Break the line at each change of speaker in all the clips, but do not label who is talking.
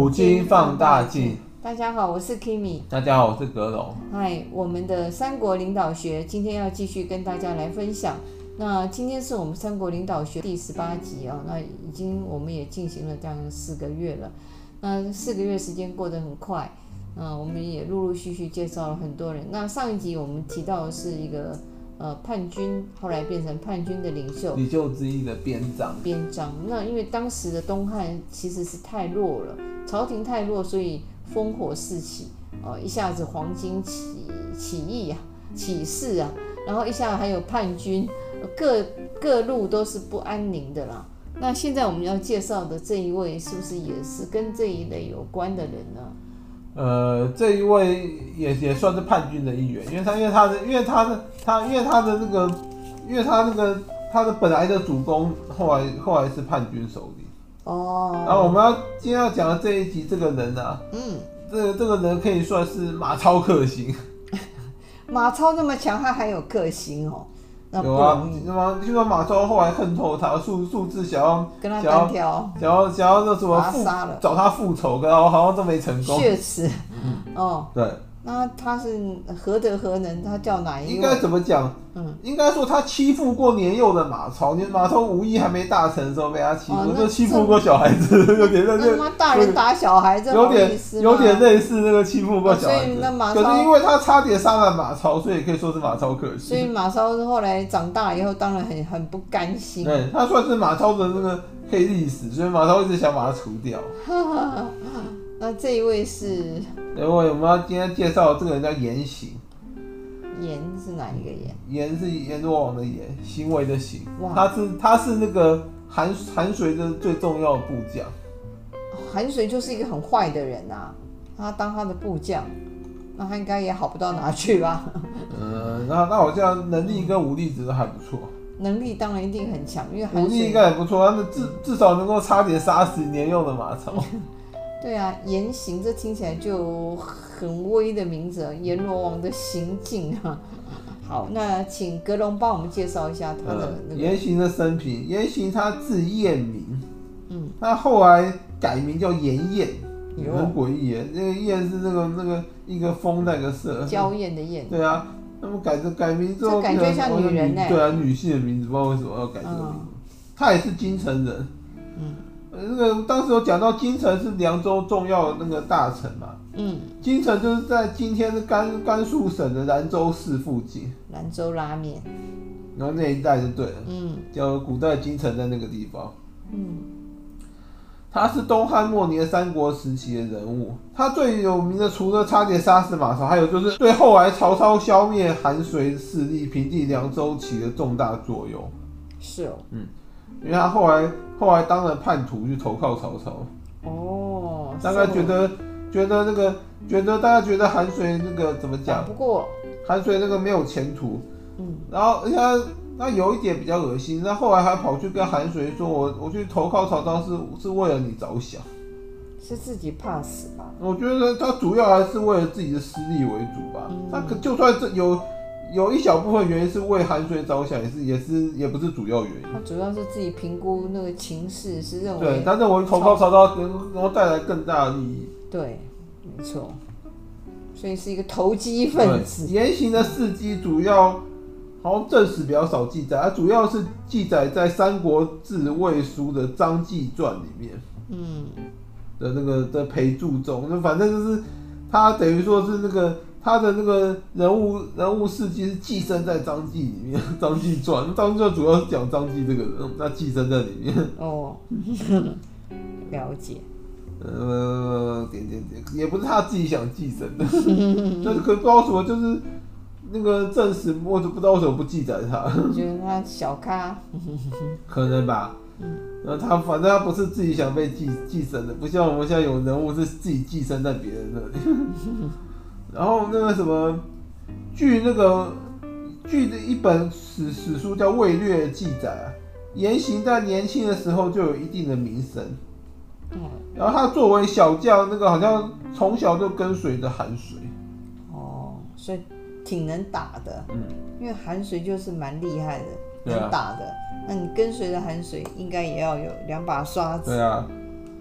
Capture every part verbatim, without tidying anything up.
古今放大镜。
大家好，我是 Kimi。
大家好，我是格龙。
嗨，我们的三国领导学今天要继续跟大家来分享。那今天是我们三国领导学第十八集啊、哦，那已经我们也进行了这样四个月了。那四个月时间过得很快，那我们也陆陆续续介绍了很多人。那上一集我们提到的是一个呃叛军，后来变成叛军的领袖，
领袖之一的边章。
边章。那因为当时的东汉其实是太弱了，朝廷太弱，所以烽火四起，哦，一下子黄巾起起义啊，起事啊，然后一下还有叛军，各各路都是不安宁的啦。那现在我们要介绍的这一位，是不是也是跟这一类有关的人呢？
呃，这一位也也算是叛军的一员，因为他因为他的因为他的他因为他的那个因为他那个他的本来的主公后来后来是叛军首领。
哦。
然后我们要今天要讲的这一集这个人啊，
嗯，
这个这个人可以算是马超克星。
马超那么强，他还有克星哦。
有啊，那么听说马超后来恨透他，数数次想要
跟他单挑，
想要想要那什么复找他复仇，然后好像都没成功。
血耻，
嗯，
哦，
对。
那他是何德何能？他叫哪一位？
应该怎么讲？嗯，应该说他欺负过年幼的马超，年马超武艺还没大成的时候被他欺负，就、哦、欺负过小孩子，有点那
那大人打小孩，这
有点有点类似那个欺负过小孩子。
哦、所以那马
超，可是因为他差点杀了马超，所以可以说是马超克星。
所以马超后来长大以后，当然很很不甘心。
对，他算是马超的那个黑历史，所以马超一直想把他除掉。
那这一位是？
因为我们要今天介绍的这个人叫严行。
严是哪一个严？
严是阎罗王的严，行为的行。他是他是那个韩韩遂的最重要的部将。
韩遂就是一个很坏的人啊，他当他的部将，那他应该也好不到哪去吧？
嗯，那那好像能力跟武力值都还不错。
能力当然一定很强，因为韩
武力应该也不错，他至至少能够差点杀死年幼的马超。
对啊，严行这听起来就很威的名字，阎罗王的行径啊。好，那请格龙帮我们介绍一下他的那个
严行的生平。严行他字彦明，嗯，他后来改名叫严彦，很诡异耶。那个彦是那个那个一个风那个色，
娇艳的艳。
对啊，那么改改名之后，
感觉像女人呢、欸。
对啊，女性的名字，不知道为什么要改这个名字。嗯、他也是京城人。嗯。那个当时有讲到京城是凉州重要的那个大城嘛，嗯，京城就是在今天的甘甘肃省的兰州市附近，
兰州拉面，
然后那一带就对了，嗯，叫古代京城在那个地方，嗯，他是东汉末年三国时期的人物，他最有名的除了差点杀死马超，还有就是对后来曹操消灭韩遂势力、平定凉州起了重大作用，
是哦，嗯。
因为他后来后来当了叛徒去投靠曹操，哦，大概觉得觉得那个觉得大家觉得韩遂那个怎么讲？
不过
韩遂那个没有前途，嗯，然后而且他他有一点比较恶心，那后来还跑去跟韩遂说：“我我去投靠曹操是是为了你着想，
是自己怕死吧？”
我觉得他主要还是为了自己的私利为主吧。嗯、他可就算这有。有一小部分原因是为韩遂着想，也是也是也不是主要原因。
他主要是自己评估那个情势，是认为
对，他认为投靠曹操能够带来更大的利益。
对，没错。所以是一个投机分子。
严行的事迹主要好像正史比较少记载，它主要是记载在《三国志魏书》的张继传里面，嗯，的那个的陪注中，那反正就是他等于说是那个。他的那个人物人物事迹是寄生在张继里面，张继传，张继传主要是讲张继这个人，他寄生在里面。哦，
了解。
呃，点点点，也不是他自己想寄生的，但是可不知道什么，就是那个正史，我就不知道为什么不记载他。
觉得他小咖，
可能吧。然后他反正他不是自己想被寄寄生的，不像我们现在有人物是自己寄生在别人那里。然后那个什么，据那个据的一本史史书叫《魏略》记载啊，严行在年轻的时候就有一定的名声。嗯，然后他作为小将，那个好像从小就跟随着韩遂。
哦，所以挺能打的。嗯，因为韩遂就是蛮厉害的，能打的。那你跟随着韩遂，应该也要有两把刷子。
对啊。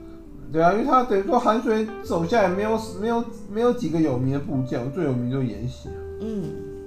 对啊，因为他等于说韩遂手下也没有没有没有几个有名的部将，最有名就是严行。
嗯。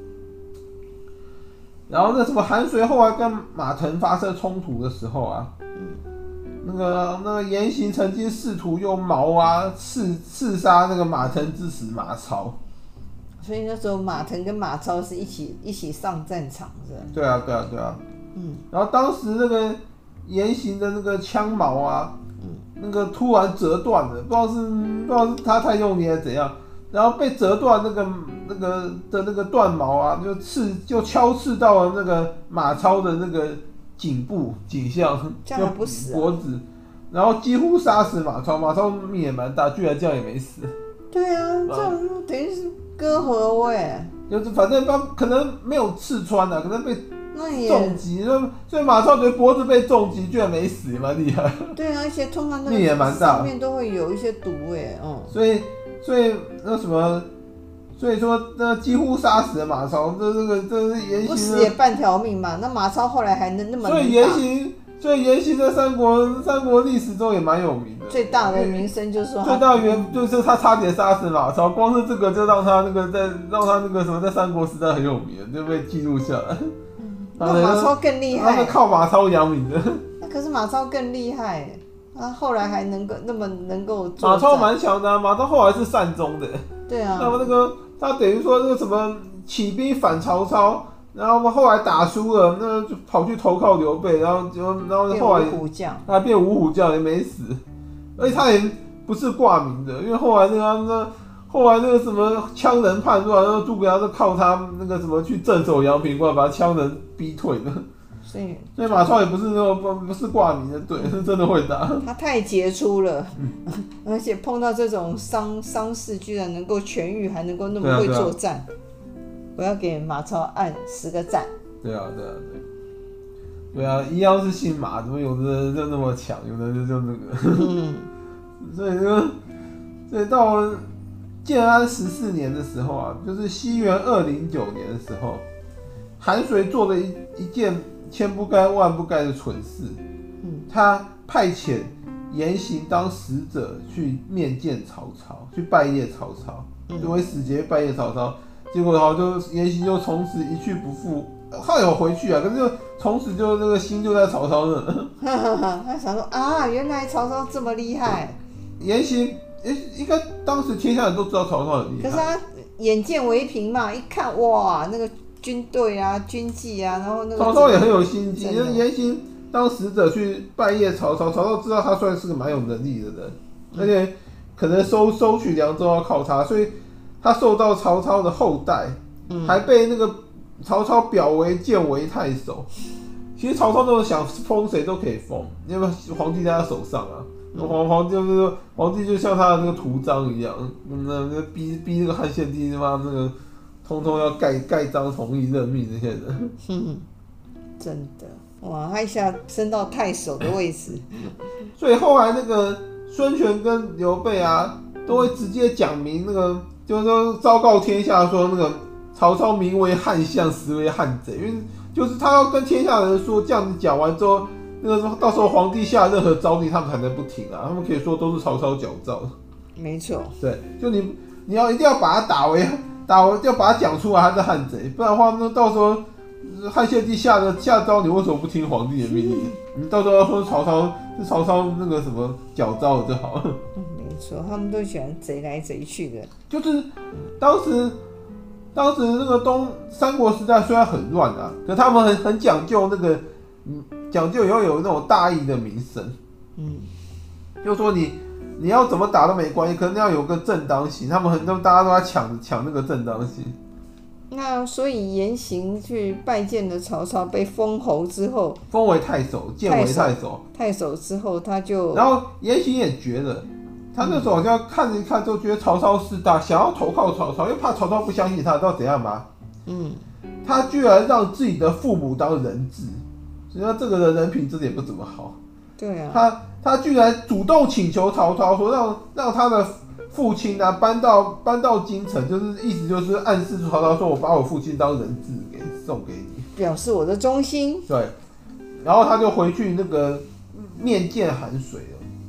然后那什么韩遂后来跟马腾发生冲突的时候啊，嗯、那个那个严行曾经试图用矛啊刺刺杀那个马腾之子马超。
所以那时候马腾跟马超是一起一起上战场是吧？
对啊，对啊，对啊。
嗯。
然后当时那个严行的那个枪矛啊，嗯、那个突然折断了，不知道是不知道是他太用力还是怎样，然后被折断那个那个的那个断矛啊，就刺就敲刺到了那个马超的那个颈部颈项，
这样还不死、
啊、脖子，然后几乎杀死马超。马超命也蛮大，居然这样也没死。
对啊，这样等于是割喉哎。
就是反正他可能没有刺穿啊，可能被重击，所以马超觉得脖子被重击居然没死，也蛮厉害。
对啊，而且通常那
命也蛮大，
上面都会有一些毒哎，嗯。
所以所以那什么，所以说那几乎杀死了马超，这这个这是严行
不死也半条命嘛。那马超后来还能那么能打，
所以严行。所以严行在三国三国历史中也蛮有名的，
最大的名声就是说，
最大的原就是他差点杀死马超，光是这个就让他那个在让他那个什么在三国时代很有名，就被记录下来。
那马超更厉害，
他是靠马超扬名的。
那可是马超更厉害，他后来还能够那么能够作战。
马超蛮强的、啊，马超后来是善终的。
对啊。
那么那个他等于说那个什么起兵反曹操。然后后来打输了，那就跑去投靠刘备，然后就然后后来
变五虎将，
他变五虎将也没死，而且他也不是挂名的，因为后来那个那后来那个什么羌人叛乱，然后诸葛亮是靠他那个什么去镇守阳平关，把羌人逼退的。
所以
所以马超也不是那种不不是挂名的，对，是真的会打。
他太杰出了，嗯、而且碰到这种伤伤势居然能够痊愈，还能够那么会作战。我要给马超按十个赞。
对啊，对啊，对，对啊，一样是姓马，怎么有的人就那么强，有的人就那个，嗯、所以就，所以到建安十四年的时候啊，就是西元二零九年的时候，韩遂做了一一件千不该万不该的蠢事，嗯、他派遣严行当使者去面见曹操，去拜谒曹操，作为使节拜谒曹操。结果好就严行就从此一去不复，他有回去啊，可是就从此就那个心就在曹操那。
他想说啊，原来曹操这么厉害。
严行应该当时天下人都知道曹操很厉害。
可是他眼见为凭嘛，一看哇，那个军队啊、军纪啊，然后那个
曹操也很有心机。因为严行当使者去拜谒曹操，曹操知道他算是个蛮有能力的人，而且可能收收取凉州要靠他，所以。他受到曹操的厚待，嗯、还被那个曹操表为建为太守。其实曹操都想封谁都可以封，因为皇帝在他手上啊。皇皇帝就是皇帝就像他的那个图章一样，那那逼逼那个汉献帝他妈那个通通要盖盖章同意任命这些人。
嗯，真的哇，他一下升到太守的位置。
所以后来那个孙权跟刘备啊，都会直接讲明那个。就是说，昭告天下说，那个曹操名为汉相，实为汉贼，因为就是他要跟天下人说，这样子讲完之后，那个到时候皇帝下任何诏令，他们才能不听啊，他们可以说都是曹操矫诏。
没错，
对，就你你要一定要把他打为打为，要把他讲出来他是汉贼，不然的话，那到时候汉献帝下的下诏，你为什么不听皇帝的命令？你到时候要说曹操是曹操那个什么矫诏就好了。
没错，他们都喜欢贼来贼去的。
就是当时，当时那个东三国时代虽然很乱啊，可他们很很讲究那个，嗯，讲究要有那种大义的名声。嗯，就说你你要怎么打都没关系，可能要有个正当性。他们很多大家都在抢抢那个正当性。
那所以严行去拜见了曹操，被封侯之后，
封为太守，建为太守。
太守之后，他就
然后严行也觉得。他那时候好像看一看，都觉得曹操势大，想要投靠曹操，又怕曹操不相信他，知道怎样吗？嗯，他居然让自己的父母当人质，所以他这个人人品真的也不怎么好。
对啊，
他他居然主动请求曹操说让让他的父亲啊搬到搬到京城，就是意思就是暗示曹操说我把我父亲当人质给送给你，
表示我的忠心。
对，然后他就回去那个面见韩遂了。嗯，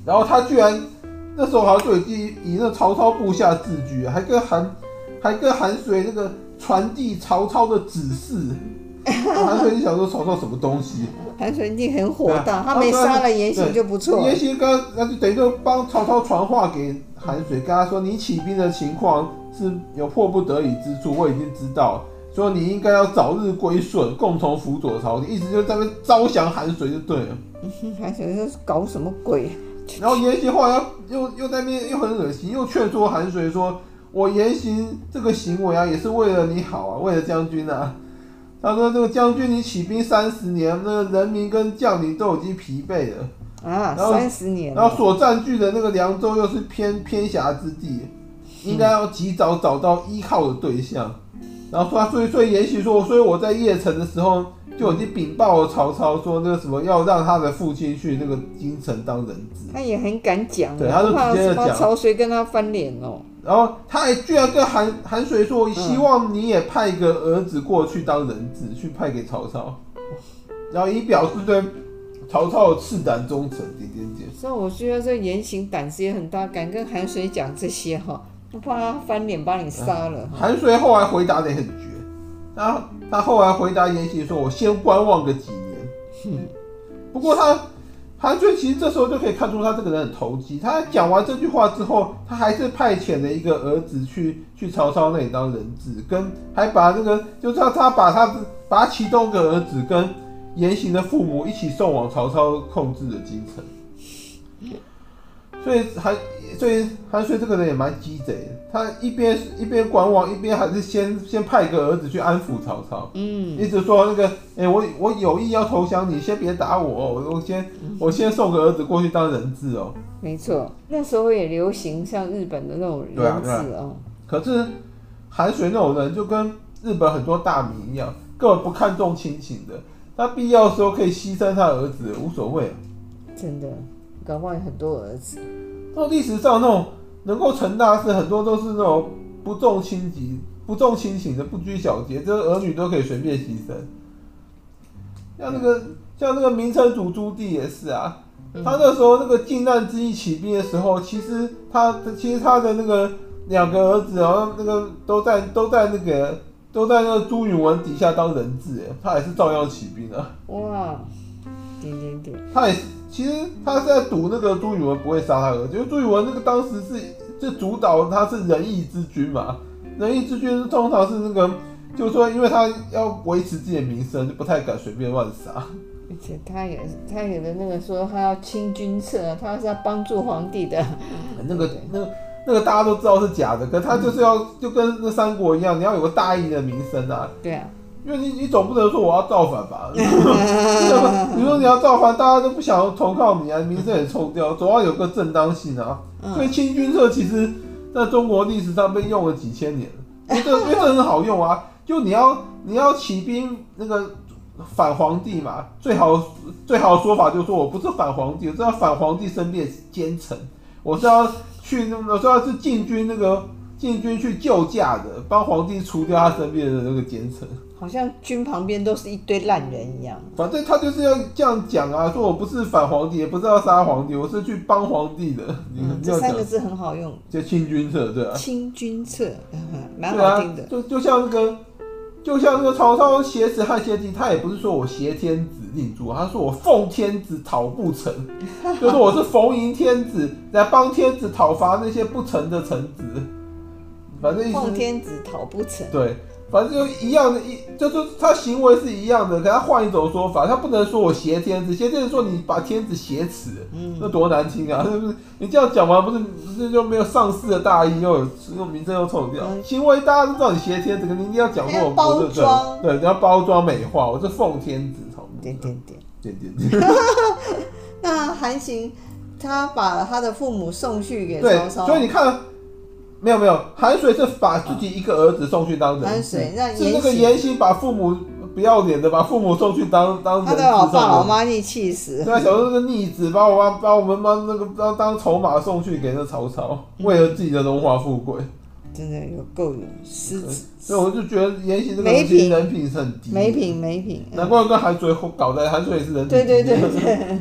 然后他居然那时候好像就已经以那曹操部下自居，还跟韩还跟韩遂那个传递曹操的指示。韩遂就想说曹操什么东西？
韩遂一定很火大，他没杀了严行就不错。
严行跟那就等于就帮曹操传话给韩遂，跟他说你起兵的情况是有迫不得已之处，我已经知道，所以你应该要早日归顺，共同辅佐朝廷。意思就是在那边招降韩遂就对了。
韩遂是搞什么鬼？
然后严行后来又又在那边又很恶心，又劝说韩遂说：“我严行这个行为啊，也是为了你好啊，为了将军啊。”他说：“这个将军，你起兵三十年，那个人民跟将领都已经疲惫了
啊，三十年。
然后所占据的那个凉州又是偏偏狭之地，应该要及早找到依靠的对象。然后说，所以所以严行说，所以我在邺城的时候就已经禀报了曹操，说那个什么要让他的父亲去那个京城当人质。
他也很敢讲，
对，他就直接讲，
曹遂跟他翻脸哦。”
然后他还居然跟韩韩遂说：“希望你也派一个儿子过去当人质，嗯、去派给曹操，然后以表示对曹操的赤胆忠诚。”点点点。
所以我觉得这严行胆子也很大，敢跟韩遂讲这些哈，不怕他翻脸把你杀了。
韩遂后来回答得很绝，他他后来回答严行说：“我先观望个几年。”不过他。韩遂其实这时候就可以看出他这个人很投机。他讲完这句话之后，他还是派遣了一个儿子去去曹操那里当人质，跟还把那个就是他他把他把他其中一个儿子跟严行的父母一起送往曹操控制的京城。所以韩所以韩遂这个人也蛮鸡贼的，他一边一边观望，一边还是先先派一个儿子去安抚曹操，嗯，一直说那个，哎、欸，我我有意要投降你，先别打我，我先我先送个儿子过去当人质哦。
没错，那时候也流行像日本的那种人质哦。
可是韩遂那种人就跟日本很多大名一样，根本不看重亲情的，他必要的时候可以牺牲他儿子，无所谓。
真的。搞不好有很多儿子。
到历史上那种能够成大事，很多都是那种不重亲戚、不重亲情的，不拘小节，这个儿女都可以随便牺牲。像那个像那个明成祖朱棣也是啊，他那时候那个靖难之役起兵的时候，其实他其实他的那个两个儿子好像那个都在都在那个都在那个朱允炆底下当人质，哎，他也是照样起兵啊。
哇，点点点，
他也是。其实他是在赌那个朱允炆不会杀他儿子，因为朱允炆那个当时是就主导他是仁义之君嘛，仁义之君通常是那个，就是说因为他要维持自己的名声，就不太敢随便乱杀。
而且他也他有的那个说他要清君侧，他是要帮助皇帝的。
那个那个那个大家都知道是假的，可是他就是要就跟那三国一样，你要有个大义的名声啊。
对啊。
因为你你总不能说我要造反吧？你说你要造反，大家都不想投靠你啊，名声也臭掉，总要有个正当性啊。嗯、所以清君侧其实在中国历史上被用了几千年，因为这因为这很好用啊。就你要你要起兵那个反皇帝嘛，最好最好的说法就是说我不是反皇帝，我是要反皇帝身边的奸臣，我是要去我是要是进军那个进军去救驾的，帮皇帝除掉他身边的那个奸臣。
好像军旁边都是一堆烂人一样。
反正他就是要这样讲啊，说我不是反皇帝，也不是要杀皇帝，我是去帮皇帝的。
嗯、这三个字很好用，
就清君侧，对啊。
清君侧，蛮好听的。
啊、就就像那个，就像那个曹操挟持汉献帝，他也不是说我挟天子令诸，他说我奉天子讨不成，就是我是逢迎天子来帮天子讨伐那些不成的臣子。反正
奉天子讨不成。
对。反正就一样的，一就是他行为是一样的，可他换一种说法，他不能说我挟天子，挟天子说你把天子挟持，嗯，那多难听啊！是不是？你这样讲完，不是不是就没有上士的大义，又有又名声又臭掉，嗯、行为大家都知道你挟天子，可你一定要讲说我
包装，
对，你要包装美化，我是奉天子讨不成。
点点点
点点点。
那韩行他把他的父母送去给曹操，
所以你看。没有没有，韩遂是把自己一个儿子送去当人质，是那个严行把父母不要脸的把父母送去当当人质，
他的老爸老妈你气死。
对啊，小时候那个逆子把我妈把我们妈那个当当筹码送去给那曹操，嗯、为了自己的荣华富贵，
真的有够有失职。
所以我就觉得严行这个人品人品是很低，
没品没品，
难怪跟韩遂搞在韩遂也是人品低。
对对对对。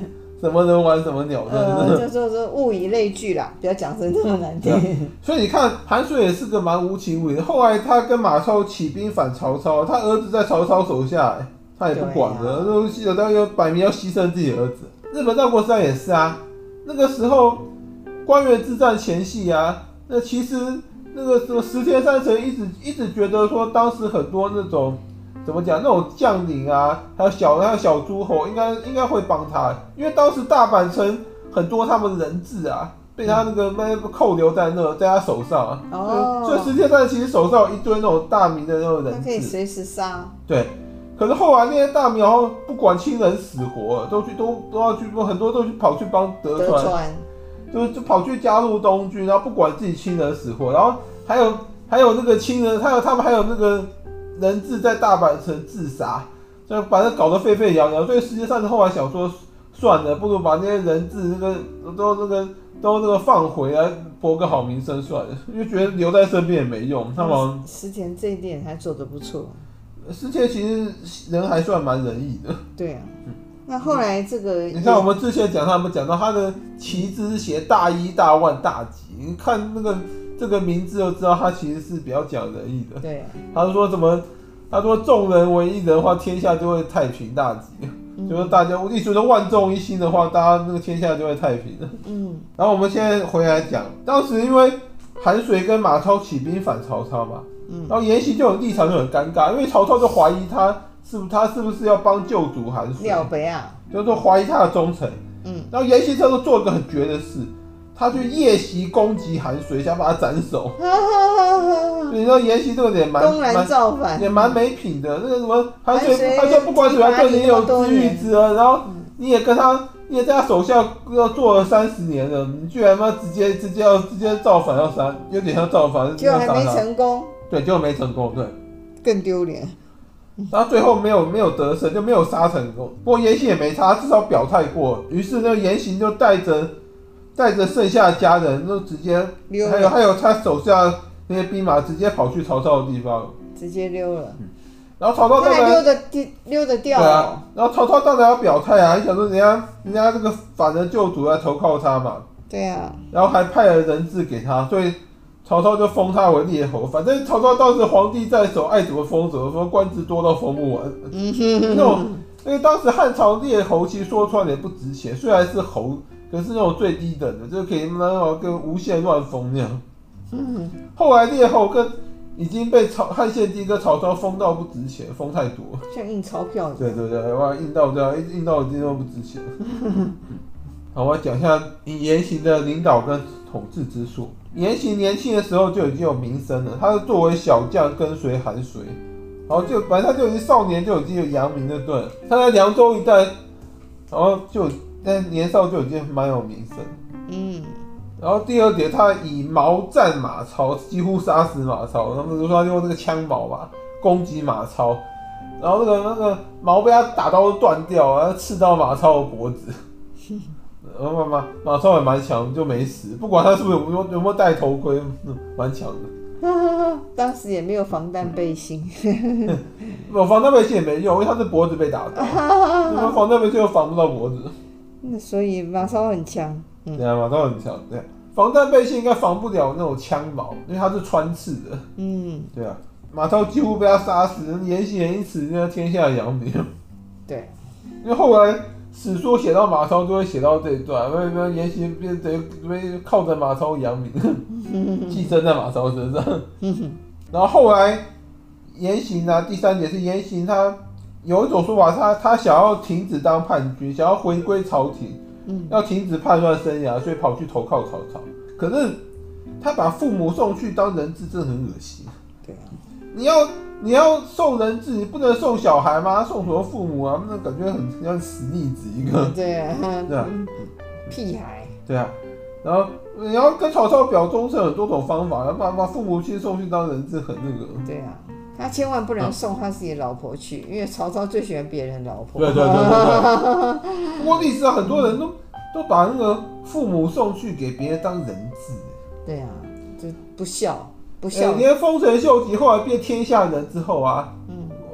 什么人玩什么鸟的。
呃，就说是物以类聚啦，不要讲成这么难听。
所以你看，韩遂也是个蛮无情无义的。后来他跟马超起兵反曹操，他儿子在曹操手下，他也不管了，都记得他要摆明要牺牲自己的儿子。日本战国时代也是啊，那个时候关原之战前夕啊，那其实那个什么石田三成一直一直觉得说，当时很多那种。怎么讲？那种将领啊，还有小还有小诸侯，应该应该会帮他，因为当时大阪城很多他们人质啊，被他那个扣留在那，在他手上啊。哦。所以石田三成其实手上有一堆那种大名的那种人质，
他可以随时杀。
对。可是后来那些大名，然后不管亲人死活，都去都都要去，很多都去跑去帮德川，德川就就跑去加入东军，然后不管自己亲人死活，然后还有还有那个亲人，还有他们还有那个。人质在大阪城自杀，就把它搞得沸沸扬扬。所以实际上后来想说，算了，不如把那些人质那个都那个都那个放回来，博个好名声算了。因为觉得留在身边也没用。他们
石田这一点还做得不错。
石田其实人还算蛮仁义的。
对啊。那后来这个，
你看我们之前讲他们讲到他的旗帜是写大一大万大吉，你看那个。这个名字就知道他其实是比较讲仁义的。
对、啊，
他说什么？他说众人为一人的话，天下就会太平大吉。嗯、就是大家，意思说万众一心的话，大家那个天下就会太平了。嗯。然后我们现在回来讲，当时因为韩遂跟马超起兵反曹操嘛，嗯，然后严袭就有立场就很尴尬，因为曹操就怀疑他是不他是不是要帮救主韩遂？
了不啊！
就是说怀疑他的忠诚。嗯。然后严袭这时候做一个很绝的事。他去夜袭攻击韩遂，想把他斩首。所以你知道严袭这个也蛮
公然造反，
也蛮没品的。那个什么韩遂，韩遂不管怎么样对你有知遇之恩，然后你也跟他，你也在他手下要做了三十年了，你居然嘛直接直接要直接造反要杀，有点像造反，
结果还没成功。
对，结果没成功，对，
更丢脸。
然后最后没有没有得胜，就没有杀成功。不过严袭也没差，至少表态过。于是那个严行就带着。带着剩下的家人，就直接还有还有他手下那些兵马，直接跑去曹操的地方，
直接溜了。
嗯、然后曹操当然
溜得溜得掉、哦。
对啊，然后曹操当然要表态啊，你想说人家人家这个反人救主来投靠他嘛。
对啊。然
后还派了人质给他，所以曹操就封他为列侯。反正曹操当时皇帝在手，爱怎么封怎么封，官职多到封不完。嗯哼那种，因为当时汉朝列侯其实说穿也不值钱，虽然是侯。可是那种最低等的，就可以那种跟无限乱封那样。嗯，后来列侯跟已经被曹汉献帝跟曹操封到不值钱，封太多，
像印钞票。
对对对，哇，印到这样，印到已经都不值钱。好，我讲一下严行的领导跟统治之术。严行年轻的时候就已经有名声了，他是作为小将跟随韩遂，然后就反正他就已经少年就已经有扬名的对了。他在凉州一带，然后就。但年少就已经蛮有名声，嗯。然后第二点，他以矛战马超，几乎杀死马超。他们就说他用那个枪矛吧攻击马超，然后那个那个矛被他打到断掉，然后刺到马超的脖子。然后马马超也蛮强，就没死。不管他是不是有没有有没有戴头盔，蛮强的。
当时也没有防弹背心，
有防弹背心也没用，因为他是脖子被打到，防弹背心又防不到脖子。
那所以马超很强，
嗯、对啊，马超很强，对、啊，防弹背心应该防不了那种枪矛，因为它是穿刺的，嗯，对啊，马超几乎被他杀死，严行也因此那天下扬名，
对，
因为后来史书写到马超就会写到这一段，因为严行变等于靠着马超扬名，寄生在马超身上，然后后来严行啊，第三点是严行他。有一种说法，他他想要停止当叛军，想要回归朝廷，嗯，要停止叛乱生涯，所以跑去投靠曹操。可是他把父母送去当人质，真的很恶心。
对啊，
你要你要送人质，你不能送小孩吗？送什么父母啊？那感觉很像死逆子一个。
对啊，
对啊，
屁孩。
对啊，然后你要跟曹操表忠诚，很多种方法，把把父母亲送去当人质，很那个。
对啊。他千万不能送他自己的老婆去，因为曹操最喜欢别人老婆。
对对对对对。不过历史上很多人都都把那个父母送去给别人当人质。
对啊，就不孝不孝。
欸、连丰臣秀吉后来变天下人之后啊，嗯，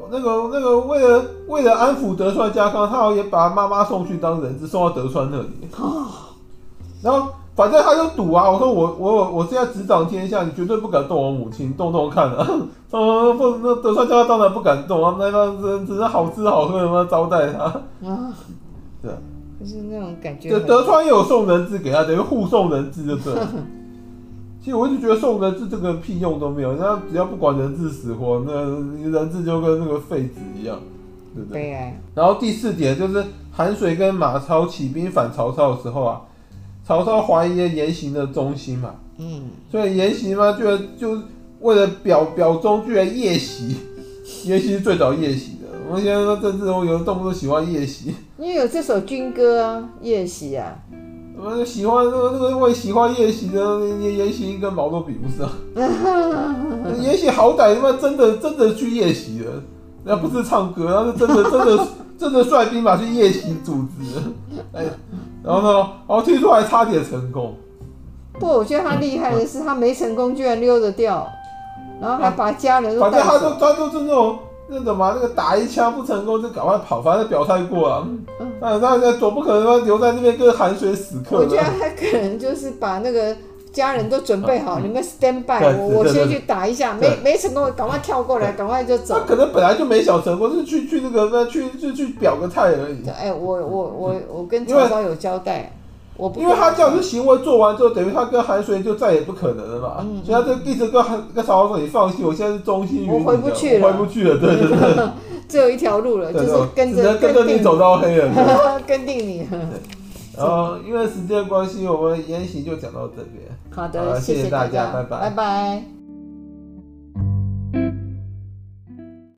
那个那个为了为了安抚德川家康，他好像也把妈妈送去当人质，送到德川那里。然后反正他就赌啊，我说我我我现在执掌天下，你绝对不敢动我母亲，动动看啊。嗯，不，那德川家康当然不敢动啊，那那只是好吃好喝的嘛招待他。啊，对。
就是那种感觉。
德德川也有送人质给他，等于互送人质就对了。其实我一直觉得送人质这个屁用都没有，那只要不管人质死活，那人质就跟那个废纸一样，对不对？
对啊。
然后第四点就是韩遂跟马超起兵反曹操的时候啊，曹操怀疑严行的忠心嘛，嗯，所以严行嘛，就就为了表表忠，居然夜袭。严行是最早夜袭的，我们现在说政治中有的动不动喜欢夜袭。
因为有这首军歌啊，夜袭啊。
我喜欢那个那个为喜欢夜袭的严行一根毛都比不上。严行好歹他妈真的真的去夜袭了，那不是唱歌，他是真的真的真的率兵马去夜袭组织。哎，然后呢，然后听说还差点成功。
不过我觉得他厉害的是，他没成功居然溜得掉，然后还把家人都带走。
反正他就他就是那种。那种嘛，那个打一枪不成功就赶快跑，反正表态过啊。那那总不可能留在那边跟韩遂死磕。
我觉得他可能就是把那个家人都准备好，你们 stand by， 我我先去打一下，没没成功，赶快跳过来，赶快就走。
他可能本来就没想成功，是去去那个去去去表个态而已。
哎，我我我我跟曹操有交代。我
因为他这样子行为做完之后，等于他跟韩遂就再也不可能了嘛。嗯、所以他就一直跟跟曹操说：“你放心，我现在是忠心于你，
我回不去了，
我回不去了。”对对对，
只有一条路了，就是跟着
跟着你走到黑了，
跟定你。
然后因为时间关系，我们研习就讲到这边。
好的，
谢
谢
谢大
家，
拜拜，
拜拜。